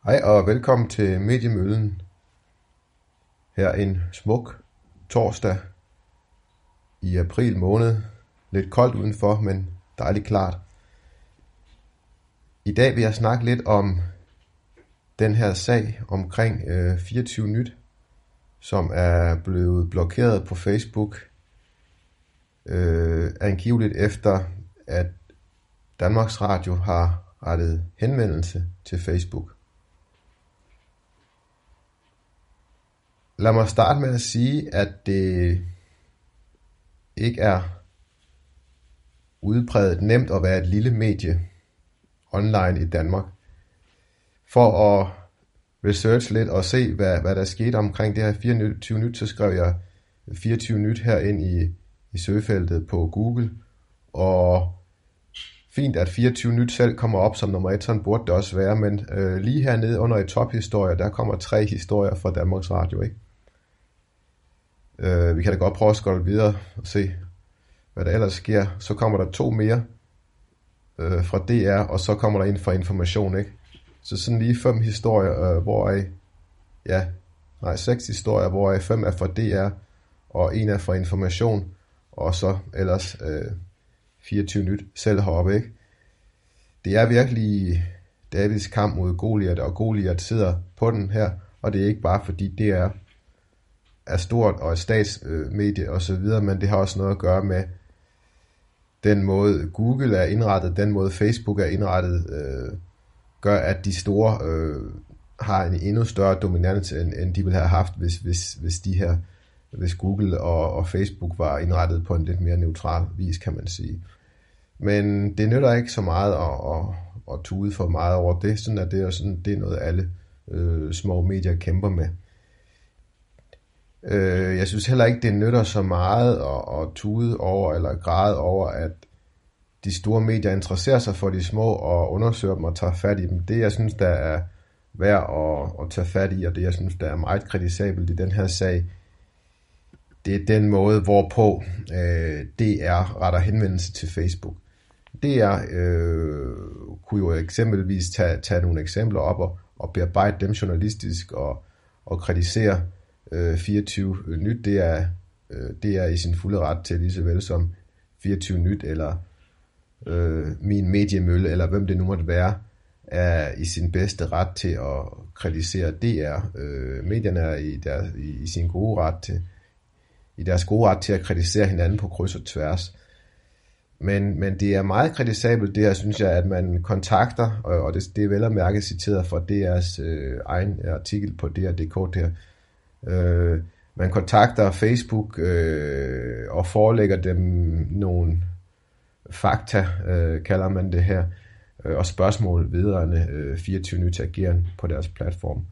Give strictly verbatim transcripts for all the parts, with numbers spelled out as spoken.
Hej og velkommen til Mediemøllen. Her en smuk torsdag i april måned. Lidt koldt udenfor, men dejligt klart. I dag vil jeg snakke lidt om den her sag omkring øh, fireogtyve nyt, som er blevet blokeret på Facebook. Øh, angiveligt efter, at Danmarks Radio har rettet henvendelse til Facebook. Lad mig starte med at sige, at det ikke er udpræget nemt at være et lille medie online i Danmark. For at researche lidt og se, hvad, hvad der skete omkring det her fireogtyve nyt, så skrev jeg fireogtyve nyt her ind i, i søgefeltet på Google. Og fint, at fireogtyve nyt selv kommer op som nummer et, sådan burde det også være. Men øh, lige hernede under i tophistorier, der kommer tre historier fra Danmarks Radio, ikke? Øh, vi kan da godt prøve at scrolle videre og se, hvad der ellers sker. Så kommer der to mere øh, fra D R, og så kommer der en fra Information, ikke? Så sådan lige fem historier, øh, hvoraf, ja, nej, seks historier, hvoraf fem er fra D R, og en er fra Information, og så ellers øh, fireogtyve nyt selv heroppe, ikke? Det er virkelig Davids kamp mod Goliat, og Goliat sidder på den her, og det er ikke bare fordi det er er stort og et statsmedie og så videre, men det har også noget at gøre med den måde Google er indrettet, den måde Facebook er indrettet, øh, gør at de store øh, har en endnu større dominans end, end de ville have haft, hvis, hvis, hvis de her, hvis Google og, og Facebook var indrettet på en lidt mere neutral vis, kan man sige. Men det nytter ikke så meget at, at, at tude for meget over det, sådan at det er sådan, det er noget alle øh, små medier kæmper med. Jeg synes heller ikke, det nytter så meget at, at tude over eller græde over, at de store medier interesserer sig for de små og undersøger dem og tager fat i dem. Det, jeg synes, der er værd at, at tage fat i, og det, jeg synes, der er meget kritisabelt i den her sag, det er den måde, hvorpå øh, D R retter henvendelse til Facebook. D R øh, kunne jo eksempelvis tage, tage nogle eksempler op og, og bearbejde dem journalistisk og, og kritisere fireogtyve nyt, det er, det er i sin fulde ret til, lige så vel som fireogtyve nyt, eller øh, min mediemølle, eller hvem det nu måtte være, er i sin bedste ret til at kritisere D R. Øh, medierne er i, der, i, i sin gode ret til, i deres gode ret til at kritisere hinanden på kryds og tværs. Men, men det er meget kritisabelt, det her, synes jeg, at man kontakter, og det, det er vel at mærke citeret fra D R's øh, egen artikel på D R punktum d k der. Øh, man kontakter Facebook øh, og forelægger dem nogle fakta, øh, kalder man det her, øh, og spørgsmål vedrørende øh, fireogtyve nyt ageren på deres platform.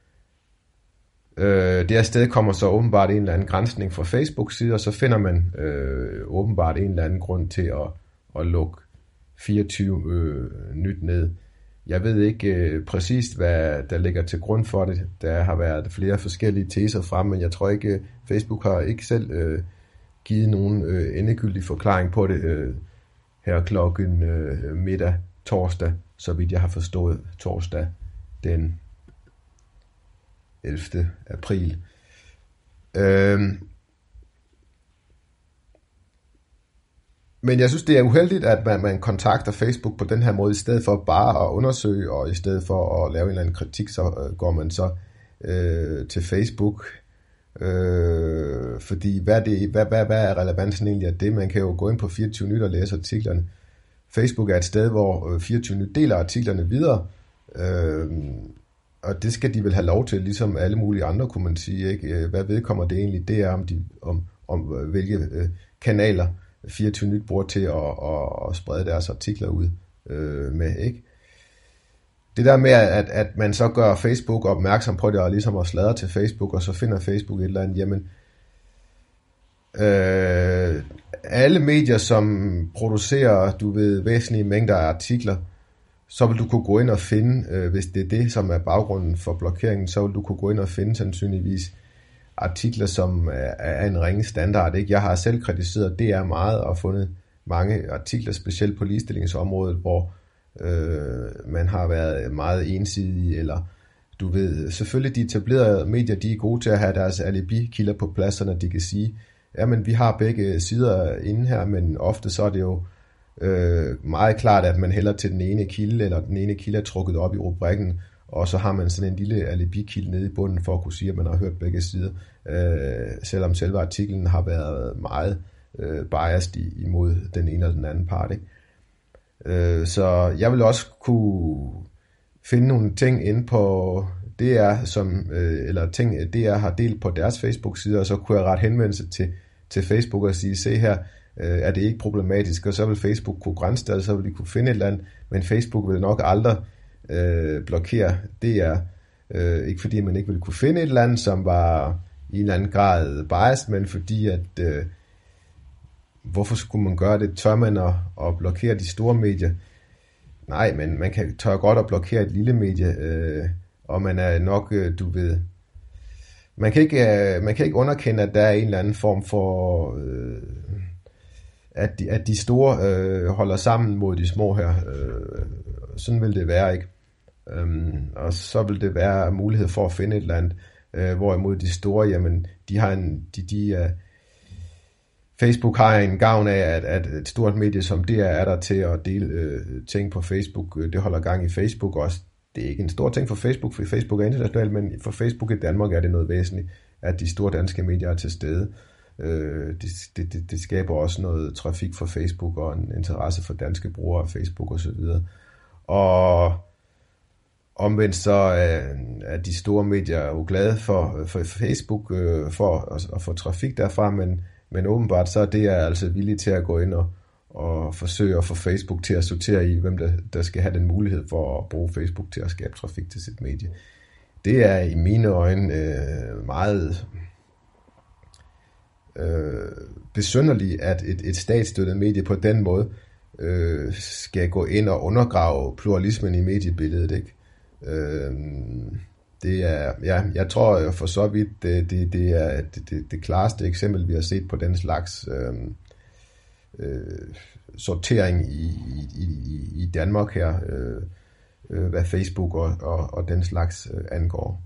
Øh, det her sted kommer så åbenbart en eller anden granskning fra Facebooks side, og så finder man øh, åbenbart en eller anden grund til at, at lukke fireogtyve øh, nyt ned. Jeg ved ikke øh, præcist, hvad der ligger til grund for det. Der har været flere forskellige teser frem, men jeg tror ikke, Facebook har ikke selv øh, givet nogen øh, endegyldig forklaring på det øh, her klokken øh, middag torsdag, så vidt jeg har forstået, torsdag den ellevte april. Øh, Men jeg synes, det er uheldigt, at man, man kontakter Facebook på den her måde, i stedet for bare at undersøge, og i stedet for at lave en eller anden kritik, så øh, går man så øh, til Facebook. Øh, fordi hvad, det, hvad, hvad, hvad er relevansen egentlig af det? Man kan jo gå ind på fireogtyve nyt og læse artiklerne. Facebook er et sted, hvor fireogtyve nyt deler artiklerne videre, øh, og det skal de vel have lov til, ligesom alle mulige andre, kunne man sige, ikke? Hvad vedkommer det egentlig? Det er om, de, om, om hvilke øh, kanaler fireogtyve nyt bruger til at, at, at sprede deres artikler ud øh, med, ikke? Det der med, at, at man så gør Facebook opmærksom på det, og ligesom at sladre til Facebook, og så finder Facebook et eller andet, jamen, øh, alle medier, som producerer, du ved, væsentlige mængder af artikler, så vil du kunne gå ind og finde, øh, hvis det er det, som er baggrunden for blokeringen, så vil du kunne gå ind og finde sandsynligvis artikler, som er af en ringe standard, ikke? Jeg har selv kritiseret D R meget og fundet mange artikler, specielt på ligestillingsområdet, hvor øh, man har været meget ensidig eller du ved, selvfølgelig de etablerede medier, de er gode til at have deres alibi-kilder på plads, når de kan sige, jamen vi har begge sider inde her, men ofte så er det jo øh, meget klart, at man hælder til den ene kilde, eller den ene kilde er trukket op i rubrikken, og så har man sådan en lille alibi-kilde nede i bunden, for at kunne sige, at man har hørt begge sider, øh, selvom selve artiklen har været meget øh, biased imod den ene eller den anden part, ikke? Øh, så jeg vil også kunne finde nogle ting inde på D R, som, øh, eller ting D R har delt på deres Facebook-side, og så kunne jeg rette henvendelse til, til Facebook og sige, se her, øh, er det ikke problematisk, og så vil Facebook kunne grænse det, og så vil de kunne finde et eller andet, men Facebook vil nok aldrig øh, blokere D R, øh, ikke fordi man ikke ville kunne finde et eller andet, som var i en eller anden grad biased, men fordi at, øh, hvorfor skulle man gøre det? Tør man at, at blokere de store medier? Nej, men man kan tør godt at blokere et lille medie, øh, og man er nok, øh, du ved, man kan, ikke, øh, man kan ikke underkende, at der er en eller anden form for, øh, at, de, at de store øh, holder sammen mod de små her. Øh, sådan vil det være, ikke? Um, og så vil det være mulighed for at finde et eller andet, øh, hvorimod de store, jamen, de har en, de, de er, Facebook har en gavn af, at, at et stort medie som det er, er der til at dele øh, ting på Facebook. Det holder gang i Facebook også. Det er ikke en stor ting for Facebook, for Facebook er internationalt, men for Facebook i Danmark er det noget væsentligt, at de store danske medier er til stede. Øh, det, det, det skaber også noget trafik for Facebook og en interesse for danske brugere af Facebook osv. Og omvendt så er de store medier jo glade for, for Facebook, øh, for at, at få trafik derfra, men Men åbenbart så er det altså villige til at gå ind og, og forsøge at få Facebook til at sortere i, hvem der, der skal have den mulighed for at bruge Facebook til at skabe trafik til sit medie. Det er i mine øjne øh, meget øh, besynderligt, at et, et statsstøttet medie på den måde øh, skal gå ind og undergrave pluralismen i mediebilledet, ikke? Øh, Det er, ja, jeg tror for så vidt, det, det, det er det, det, det klareste eksempel, vi har set på den slags øh, øh, sortering i, i, i Danmark her, øh, øh, hvad Facebook og, og, og den slags øh, angår.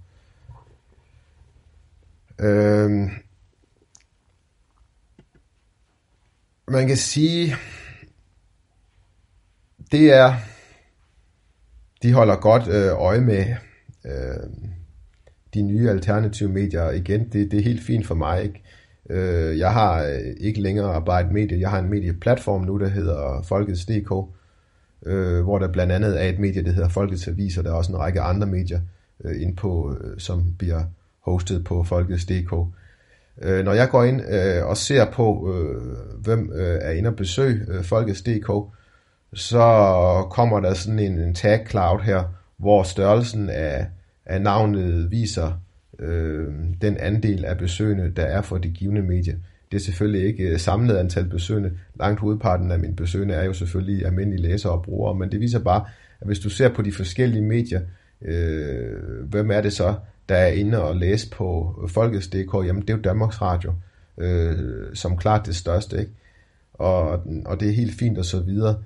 Øh, man kan sige, det er, de holder godt øh, øje med Øh, de nye alternative medier. Igen, det, det er helt fint for mig, ikke? Øh, jeg har ikke længere arbejdet medie. Jeg har en medieplatform nu, der hedder Folkets punktum d k, øh, hvor der blandt andet er et medie, der hedder Folkets Avis, og der er også en række andre medier øh, ind på, øh, som bliver hostet på Folkets punktum d k. Øh, når jeg går ind øh, og ser på, øh, hvem øh, er inde og besøge øh, Folkets punktum d k, så kommer der sådan en, en tag cloud her, hvor størrelsen af, af navnet viser øh, den andel af besøgende, der er for det givne medie. Det er selvfølgelig ikke samlet antal besøgende. Langt hovedparten af mine besøgende er jo selvfølgelig almindelige læsere og brugere, men det viser bare, at hvis du ser på de forskellige medier, øh, hvem er det så, der er inde og læse på Folkets punktum d k? Jamen det er jo Danmarks Radio, øh, som klart det største, ikke? Og, og det er helt fint og så videre.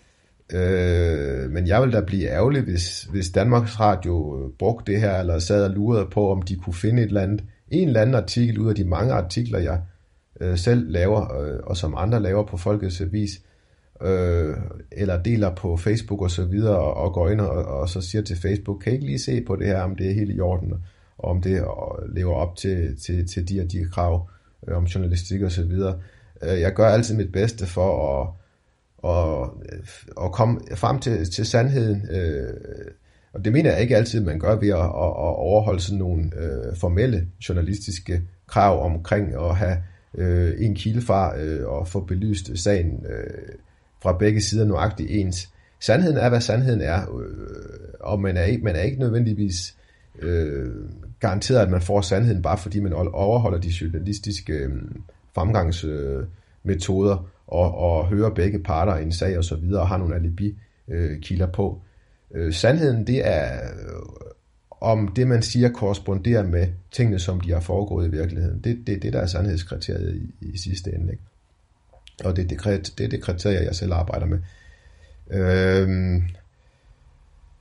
Øh, men jeg vil da blive ærgerlig, hvis, hvis Danmarks Radio brugte det her, eller sad og lurede på, om de kunne finde et eller andet, en eller anden artikel ud af de mange artikler, jeg øh, selv laver, øh, og som andre laver på Folkets Avis, øh, eller deler på Facebook og så videre, og, og går ind og, og så siger til Facebook, kan I ikke lige se på det her, om det er helt i orden, og om det lever op til, til, til de og de krav øh, om journalistik og så videre. Øh, jeg gør altid mit bedste for at og, og komme frem til, til sandheden. Øh, og det mener jeg ikke altid, man gør ved at, at, at overholde sådan nogle øh, formelle journalistiske krav omkring at have øh, en kilde fra øh, og få belyst sagen øh, fra begge sider nøjagtigt ens. Sandheden er, hvad sandheden er, øh, og man er, ikke, man er ikke nødvendigvis øh, garanteret, at man får sandheden, bare fordi man overholder de journalistiske øh, fremgangsmetoder, øh, Og, og hører begge parter i en sag og så videre, og har nogle alibi-kilder øh, på. Øh, sandheden, det er, øh, om det man siger korresponderer med tingene, som de har foregået i virkeligheden. Det er det, det, der er sandhedskriteriet i, i sidste ende, ikke? Og det er det, det, det kriterie, jeg selv arbejder med. Øh,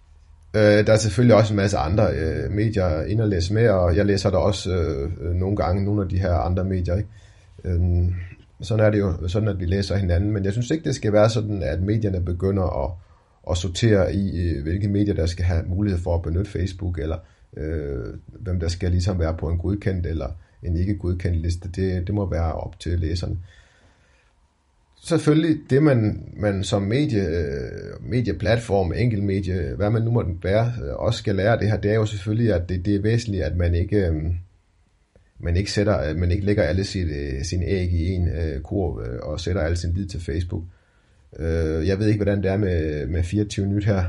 Øh, der er selvfølgelig også en masse andre øh, medier ind at læse med, og jeg læser der også øh, nogle gange nogle af de her andre medier, ikke? Øh, sådan er det jo, sådan at vi læser hinanden, men jeg synes ikke, det skal være sådan, at medierne begynder at, at sortere i, hvilke medier, der skal have mulighed for at benytte Facebook, eller øh, hvem der skal ligesom være på en godkendt eller en ikke godkendt liste. Det, det må være op til læserne. Selvfølgelig, det man, man som medie, medieplatform, enkeltmedie, hvad man nu må være, også skal lære det her, det er jo selvfølgelig, at det, det er væsentligt, at man ikke, man ikke sætter, at man ikke lægger alle sine, sine æg i en kurv og sætter alle sin lid til Facebook. Jeg ved ikke, hvordan det er med, med fireogtyve nyt her.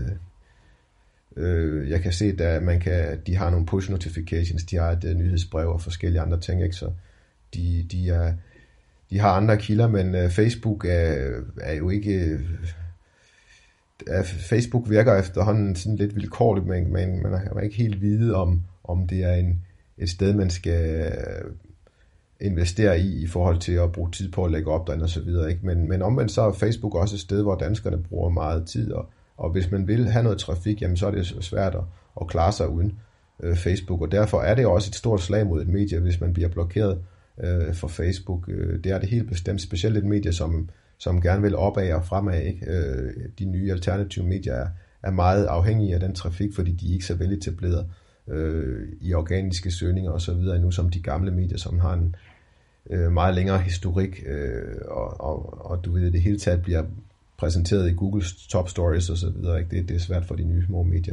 Jeg kan se, at man kan, de har nogle push notifications, de har et nyhedsbrev og forskellige andre ting, ikke? Så de, de er De har andre kilder, men uh, Facebook er, er jo ikke... Uh, Facebook virker efterhånden sådan lidt vilkårligt, men man, man kan ikke helt vide, om, om det er en, et sted, man skal investere i, i forhold til at bruge tid på at lægge op derinde og så videre. Ikke? Men, men omvendt så er Facebook også et sted, hvor danskerne bruger meget tid, og, og hvis man vil have noget trafik, jamen så er det svært at, at klare sig uden uh, Facebook, og derfor er det også et stort slag mod et medie, hvis man bliver blokeret for Facebook. Det er det helt bestemt, specielt et medie, som, som gerne vil opad og fremad. Ikke? De nye alternative medier er, er meget afhængige af den trafik, fordi de er ikke så veletableret øh, i organiske søgninger og så videre nu som de gamle medier, som har en øh, meget længere historik, øh, og, og, og du ved, det hele taget bliver præsenteret i Googles top stories og så videre. Ikke? Det, det er svært for de nye små medier.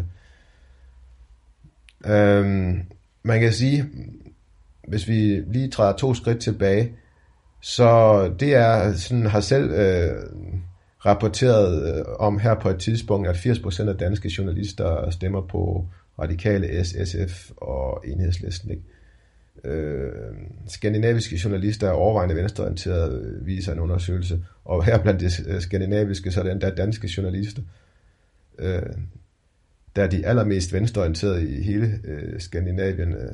Øhm, man kan sige, hvis vi lige træder to skridt tilbage, så det er sådan, har selv øh, rapporteret øh, om her på et tidspunkt, at firs procent af danske journalister stemmer på Radikale, S, SF og Enhedslisten. Ikke? Øh, skandinaviske journalister er overvejende venstreorienterede, viser en undersøgelse, og her blandt de skandinaviske, så er det endda danske journalister, øh, der er de allermest venstreorienterede i hele øh, Skandinavien. Øh,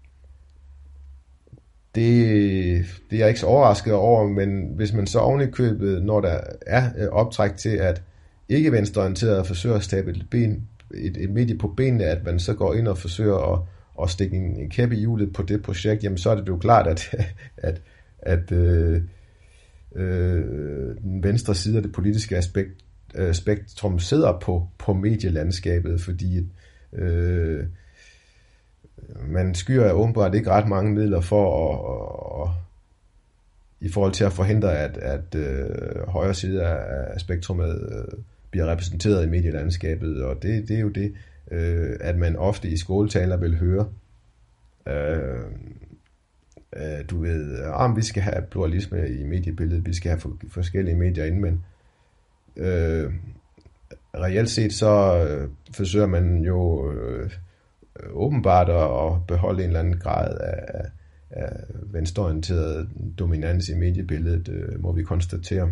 Det, det er jeg ikke så overrasket over, men hvis man så oven i købet, når der er optræk til, at ikke venstreorienteret forsøger at stabe et, ben, et, et medie på benene, at man så går ind og forsøger at, at stikke en, en kæp i hjulet på det projekt, jamen så er det jo klart, at, at, at øh, øh, den venstre side af det politiske aspekt, øh, spektrum sidder på, på medielandskabet, fordi øh, man skyer åbenbart ikke ret mange midler for at, at, i forhold til at forhindre, at, at uh, højre side af spektrummet uh, bliver repræsenteret i medielandskabet, og det, det er jo det, uh, at man ofte i skåltaler vil høre, uh, uh, du ved, at vi skal have pluralisme i mediebilledet, vi skal have for, forskellige medier inde, men uh, reelt set så uh, forsøger man jo uh, åbenbart at beholde en eller anden grad af, af venstreorienteret dominans i mediebilledet, øh, må vi konstatere.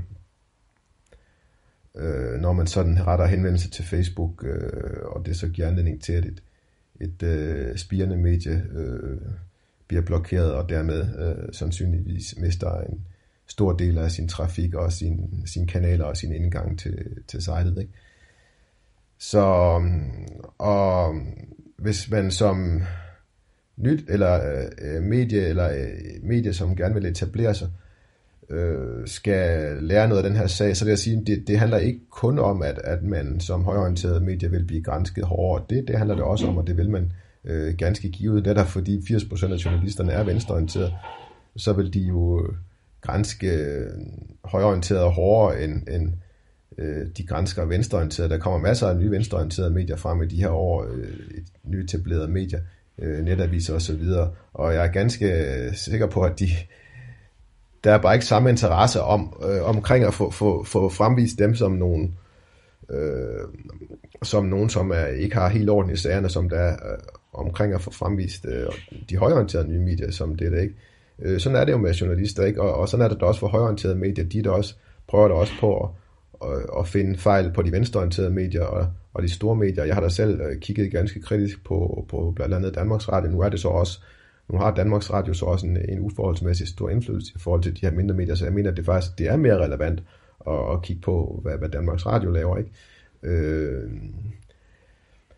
Øh, når man sådan retter henvendelse til Facebook, øh, og det så giver anledning til, at et, et øh, spirende medie øh, bliver blokeret, og dermed øh, sandsynligvis mister en stor del af sin trafik, og sine sin kanaler og sin indgang til, til sitet. Ikke? Så, og hvis man som nyt eller øh, medie eller øh, medie, som gerne vil etablere sig, øh, skal lære noget af den her sag, så vil jeg sige, det, det handler ikke kun om, at, at man som højorienteret medie vil blive gransket hårdere. Det, det handler det også om, og det vil man øh, ganske givet. Netop fordi firs procent af journalisterne er venstreorienteret, så vil de jo granske højorienteret hårdere end, end de gransker venstreorienterede. Der kommer masser af nye venstreorienterede medier frem i de her år, nye etablerede medier, netaviser og så videre, og jeg er ganske sikker på, at de, der er bare ikke samme interesse om, øh, omkring at få, få, få fremvist dem som nogen, øh, som nogen, som er, ikke har helt orden i sagerne, som der er øh, omkring at få fremvist øh, de højorienterede nye medier, som det er ikke. Øh, sådan er det jo med journalister, ikke? Og, og sådan er det da også for højorienterede medier, de der også prøver der også på at at finde fejl på de venstreorienterede medier og, og de store medier. Jeg har da selv kigget ganske kritisk på, på blandt andet Danmarks Radio. Nu er det så også, nu har Danmarks Radio så også en, en uforholdsmæssig stor indflydelse i forhold til de her mindre medier, så jeg mener, at det faktisk det er mere relevant at, at kigge på, hvad, hvad Danmarks Radio laver, ikke? Øh,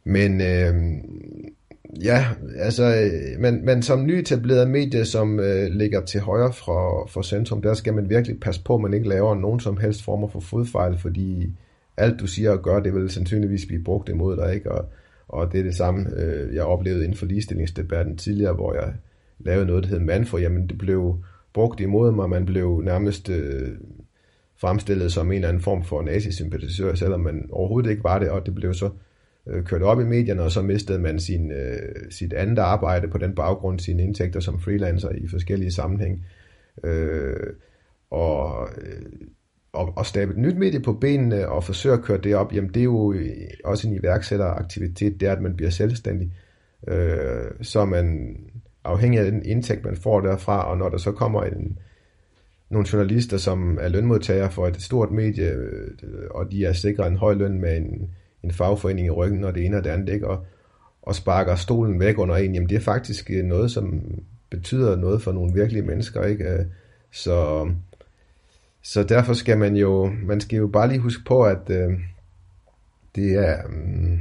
Men øh, ja, altså, men, men som nyetableret medie, som øh, ligger til højre for, for centrum, der skal man virkelig passe på, at man ikke laver nogen som helst former for fodfejl, fordi alt du siger og gør, det vil sandsynligvis blive brugt imod dig, ikke? Og, og det er det samme, øh, jeg oplevede inden for ligestillingsdebatten tidligere, hvor jeg lavede noget, der hed Manfred. Jamen, det blev brugt imod mig, man blev nærmest øh, fremstillet som en eller anden form for nazisympatisør, selvom man overhovedet ikke var det, og det blev så øh, kørt op i medierne, og så mistede man sin, øh, sit andet arbejde på den baggrund, sine indtægter som freelancer i forskellige sammenhæng. Øh, og, øh, og, og stabe et nyt medie på benene og forsøge at køre det op, jamen det er jo også en iværksætteraktivitet, det er, at man bliver selvstændig, øh, så man afhængig af den indtægt, man får derfra, og når der så kommer en, nogle journalister, som er lønmodtagere for et stort medie, øh, og de er sikret en høj løn med en, en fagforening i ryggen, og det ene og det andet, ikke? Og, og sparker stolen væk under en, jamen det er faktisk noget, som betyder noget for nogle virkelige mennesker, ikke? Så, så derfor skal man jo, man skal jo bare lige huske på, at øh, det er... Øh,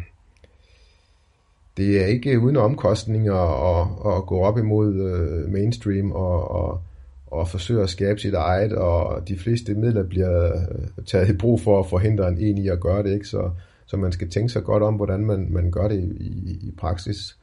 Det er ikke uden omkostninger at, at gå op imod øh, mainstream og, og, og forsøge at skabe sit eget, og de fleste midler bliver taget i brug for at forhindre en, en i at gøre det, ikke? Så, så man skal tænke sig godt om, hvordan man, man gør det i, i praksis.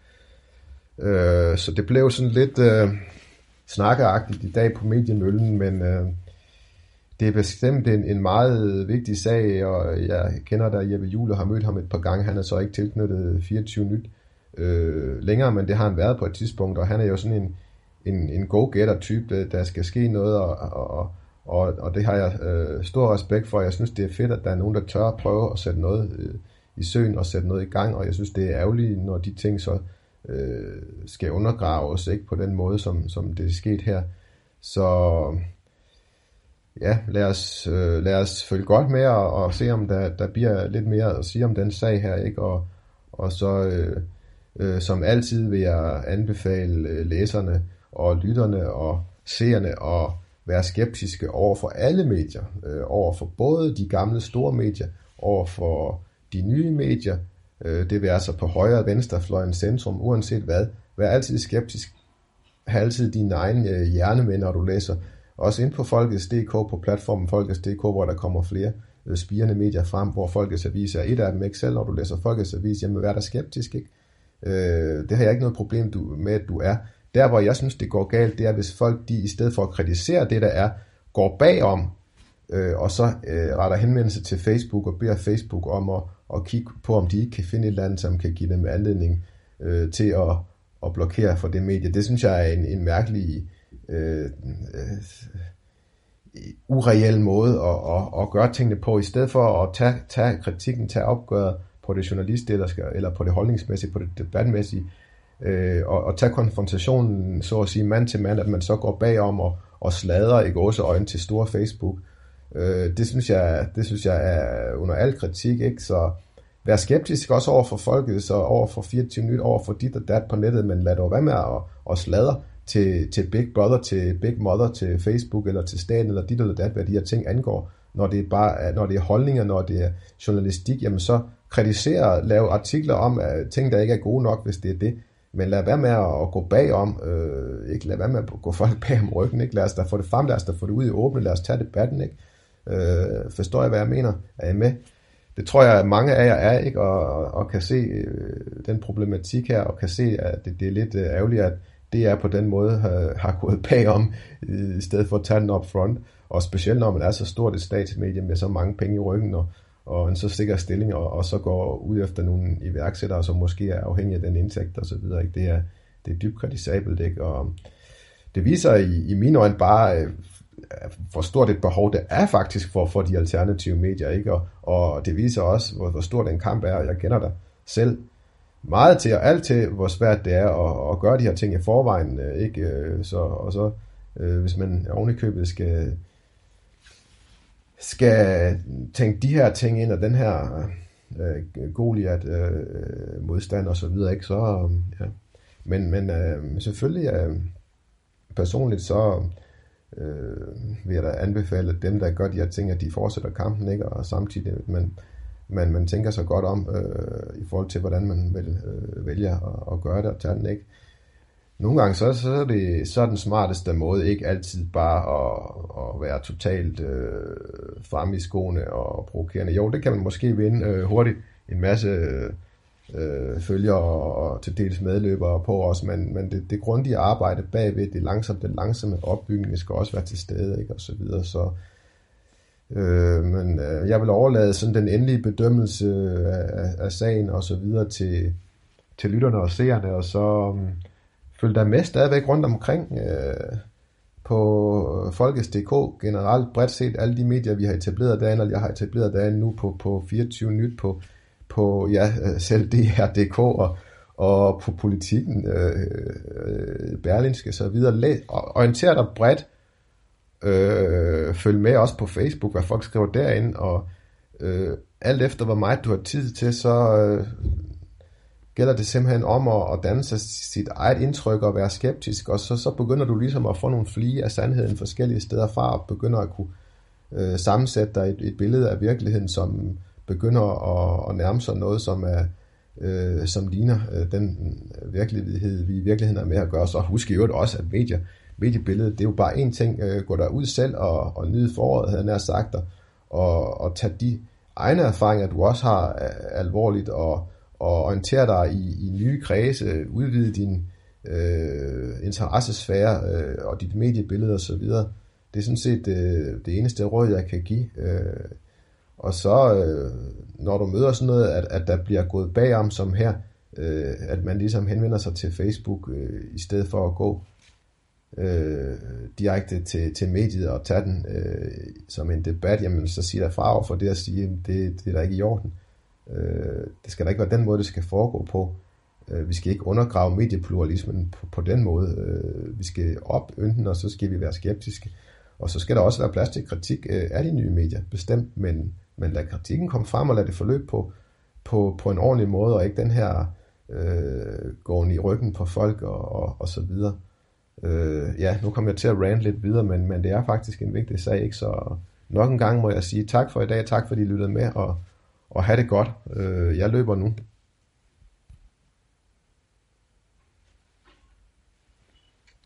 Øh, så det blev sådan lidt øh, snakkeagtigt i dag på Mediemøllen, men øh, det er bestemt en, en meget vigtig sag, og jeg kender da Jeppe Juhl og har mødt ham et par gange. Han er så ikke tilknyttet fireogtyve nyt øh, længere, men det har han været på et tidspunkt, og han er jo sådan en, en, en go-getter-type, der skal ske noget, og, og, og, og det har jeg øh, stor respekt for. Jeg synes, det er fedt, at der er nogen, der tør at prøve at sætte noget øh, i søen og sætte noget i gang, og jeg synes, det er ærgerligt, når de ting så øh, skal undergraves, ikke på den måde, som, som det er sket her. Så ja, lad os, øh, lad os følge godt med og, og se, om der, der bliver lidt mere at sige om den sag her, ikke? Og, og så, øh, øh, som altid, vil jeg anbefale øh, læserne og lytterne og seerne at være skeptiske over for alle medier, øh, over for både de gamle store medier, over for de nye medier, øh, det vil altså på højre og venstrefløjen centrum, uanset hvad. Vær altid skeptisk, have altid din egen øh, hjerne med, når du læser. Også ind på Folkets punktum d k, på platformen Folkets punktum d k, hvor der kommer flere øh, spirende medier frem, hvor Folkets Avis er et af dem, ikke? Selv når du læser Folkets Avis, jamen vær der skeptisk, ikke? Øh, det har jeg ikke noget problem du, med, at du er. Der, hvor jeg synes, det går galt, det er, hvis folk, de i stedet for at kritisere det, der er, går bagom, øh, og så øh, retter henvendelse til Facebook og beder Facebook om at, at kigge på, om de ikke kan finde et eller andet, som kan give dem anledning øh, til at, at blokere for det medie. Det synes jeg er en, en mærkelig Øh, øh, ureel måde at, at, at gøre tingene på, i stedet for at tage, tage kritikken, tage opgøret på det journalistiske, eller på det holdningsmæssige, på det debatmæssige, øh, og, og tage konfrontationen, så at sige, mand til mand, at man så går bagom og, og sladrer i gåseøjne til store Facebook. Øh, det, synes jeg, det synes jeg er under al kritik, ikke? Så vær skeptisk også over for folket, så over for fireogtyve nyt, over for dit og dat på nettet, men lad dog være med at, at sladre til, til Big Brother, til Big Mother, til Facebook eller til staten eller dit eller dat, hvad de her ting angår. Når det er bare, når det er holdninger, når det er journalistik, jamen så kritisere, lave artikler om at ting, der ikke er gode nok, hvis det er det. Men lad være med at gå bagom, øh, ikke lad være med at gå folk bag om ryggen, ikke? Lad os da få det frem, lad os da få det ud i åbne, lad os tage debatten, ikke? Øh, forstår jeg, hvad jeg mener? Er jeg med? Det tror jeg, at mange af jer er, ikke? Og, og, og kan se øh, den problematik her, og kan se, at det, det er lidt øh, ærgerligt, at det er på den måde har, har gået bagom, i stedet for at tage den up front. Og specielt når man er så stort et statsmedie med så mange penge i ryggen, og, og en så sikker stilling, og, og så går ud efter nogle iværksættere, som måske er afhængige af den indtægt og så videre, ikke? Det er, det er dybt kritisabelt, ikke? Og det viser i, i mine øjne bare, hvor stort et behov det er faktisk for, for de alternative medier, ikke? Og, og det viser også, hvor, hvor stort en kamp er, og jeg kender dig selv meget til, og alt til, hvor svært det er at, at gøre de her ting i forvejen, ikke? Så, og så, hvis man ovenikøbet skal, skal tænke de her ting ind, og den her øh, Goliat øh, modstand og så videre, ikke? Så, ja. Men, men øh, selvfølgelig, øh, personligt, så øh, vil jeg da anbefale dem, der gør de her ting, at de fortsætter kampen, ikke? Og samtidig, men man, man tænker sig godt om øh, i forhold til, hvordan man vil, øh, vælger at, at gøre det og tage den, ikke? Nogle gange så, så er det så er den smarteste måde ikke altid bare at, at være totalt øh, fremme i skoene og provokerende. Jo, det kan man måske vinde øh, hurtigt en masse øh, følgere og, og til dels medløbere på os, men, men det, det grundige arbejde bagved, det langsomt, den langsomme opbygning skal også være til stede, ikke? Og så videre, så øh, men øh, jeg vil overlade sådan den endelige bedømmelse af, af sagen og så videre til, til lytterne og seerne, og så øh, følg dig med stadigvæk rundt omkring øh, på Folkets punktum d k generelt bredt set, alle de medier, vi har etableret derinde, og jeg har etableret derinde nu på, på fireogtyve Nyt, på, på ja, selv D R punktum d k og, og på Politikken, øh, Berlingske og så videre. Læ- orienter dig bredt, øh, følg med også på Facebook, hvad folk skriver derinde, og øh, alt efter hvor meget du har tid til, så øh, gælder det simpelthen om at, at danne sig sit eget indtryk og være skeptisk, og så, så begynder du ligesom at få nogle flige af sandheden forskellige steder fra, og begynder at kunne øh, sammensætte dig et, et billede af virkeligheden, som begynder at, at nærme sig noget, som er øh, som ligner øh, den virkelighed, vi i virkeligheden er med at gøre. Så husk i øvrigt også, at medier, mediebilledet, det er jo bare én ting. Øh, gå der ud selv og, og nyde foråret, havde jeg nær sagt, og, og tage de egne erfaringer, du også har øh, alvorligt, og og orientere dig i, i nye kredse, udvide din øh, interessesfære øh, og dit mediebillede og så videre. Det er sådan set det, det eneste råd, jeg kan give. Øh, og så, øh, når du møder sådan noget, at, at der bliver gået bagom som her, øh, at man ligesom henvender sig til Facebook, øh, i stedet for at gå øh, direkte til, til mediet og tage den øh, som en debat, jamen så siger der fra over for det at sige, at det, det er der ikke i orden. Det skal da ikke være den måde, det skal foregå på. Vi skal ikke undergrave mediepluralismen på, på den måde. Vi skal opynde den, og så skal vi være skeptiske. Og så skal der også være plads til kritik af de nye medier, bestemt. Men, men lad kritikken komme frem, og lad det forløbe på, på, på en ordentlig måde, og ikke den her øh, gåen i ryggen på folk og, og, og så videre. Øh, ja, nu kommer jeg til at rante lidt videre, men, men det er faktisk en vigtig sag, ikke? Så nok en gang må jeg sige tak for i dag, tak fordi I lyttede med, og og have det godt. Jeg løber nu.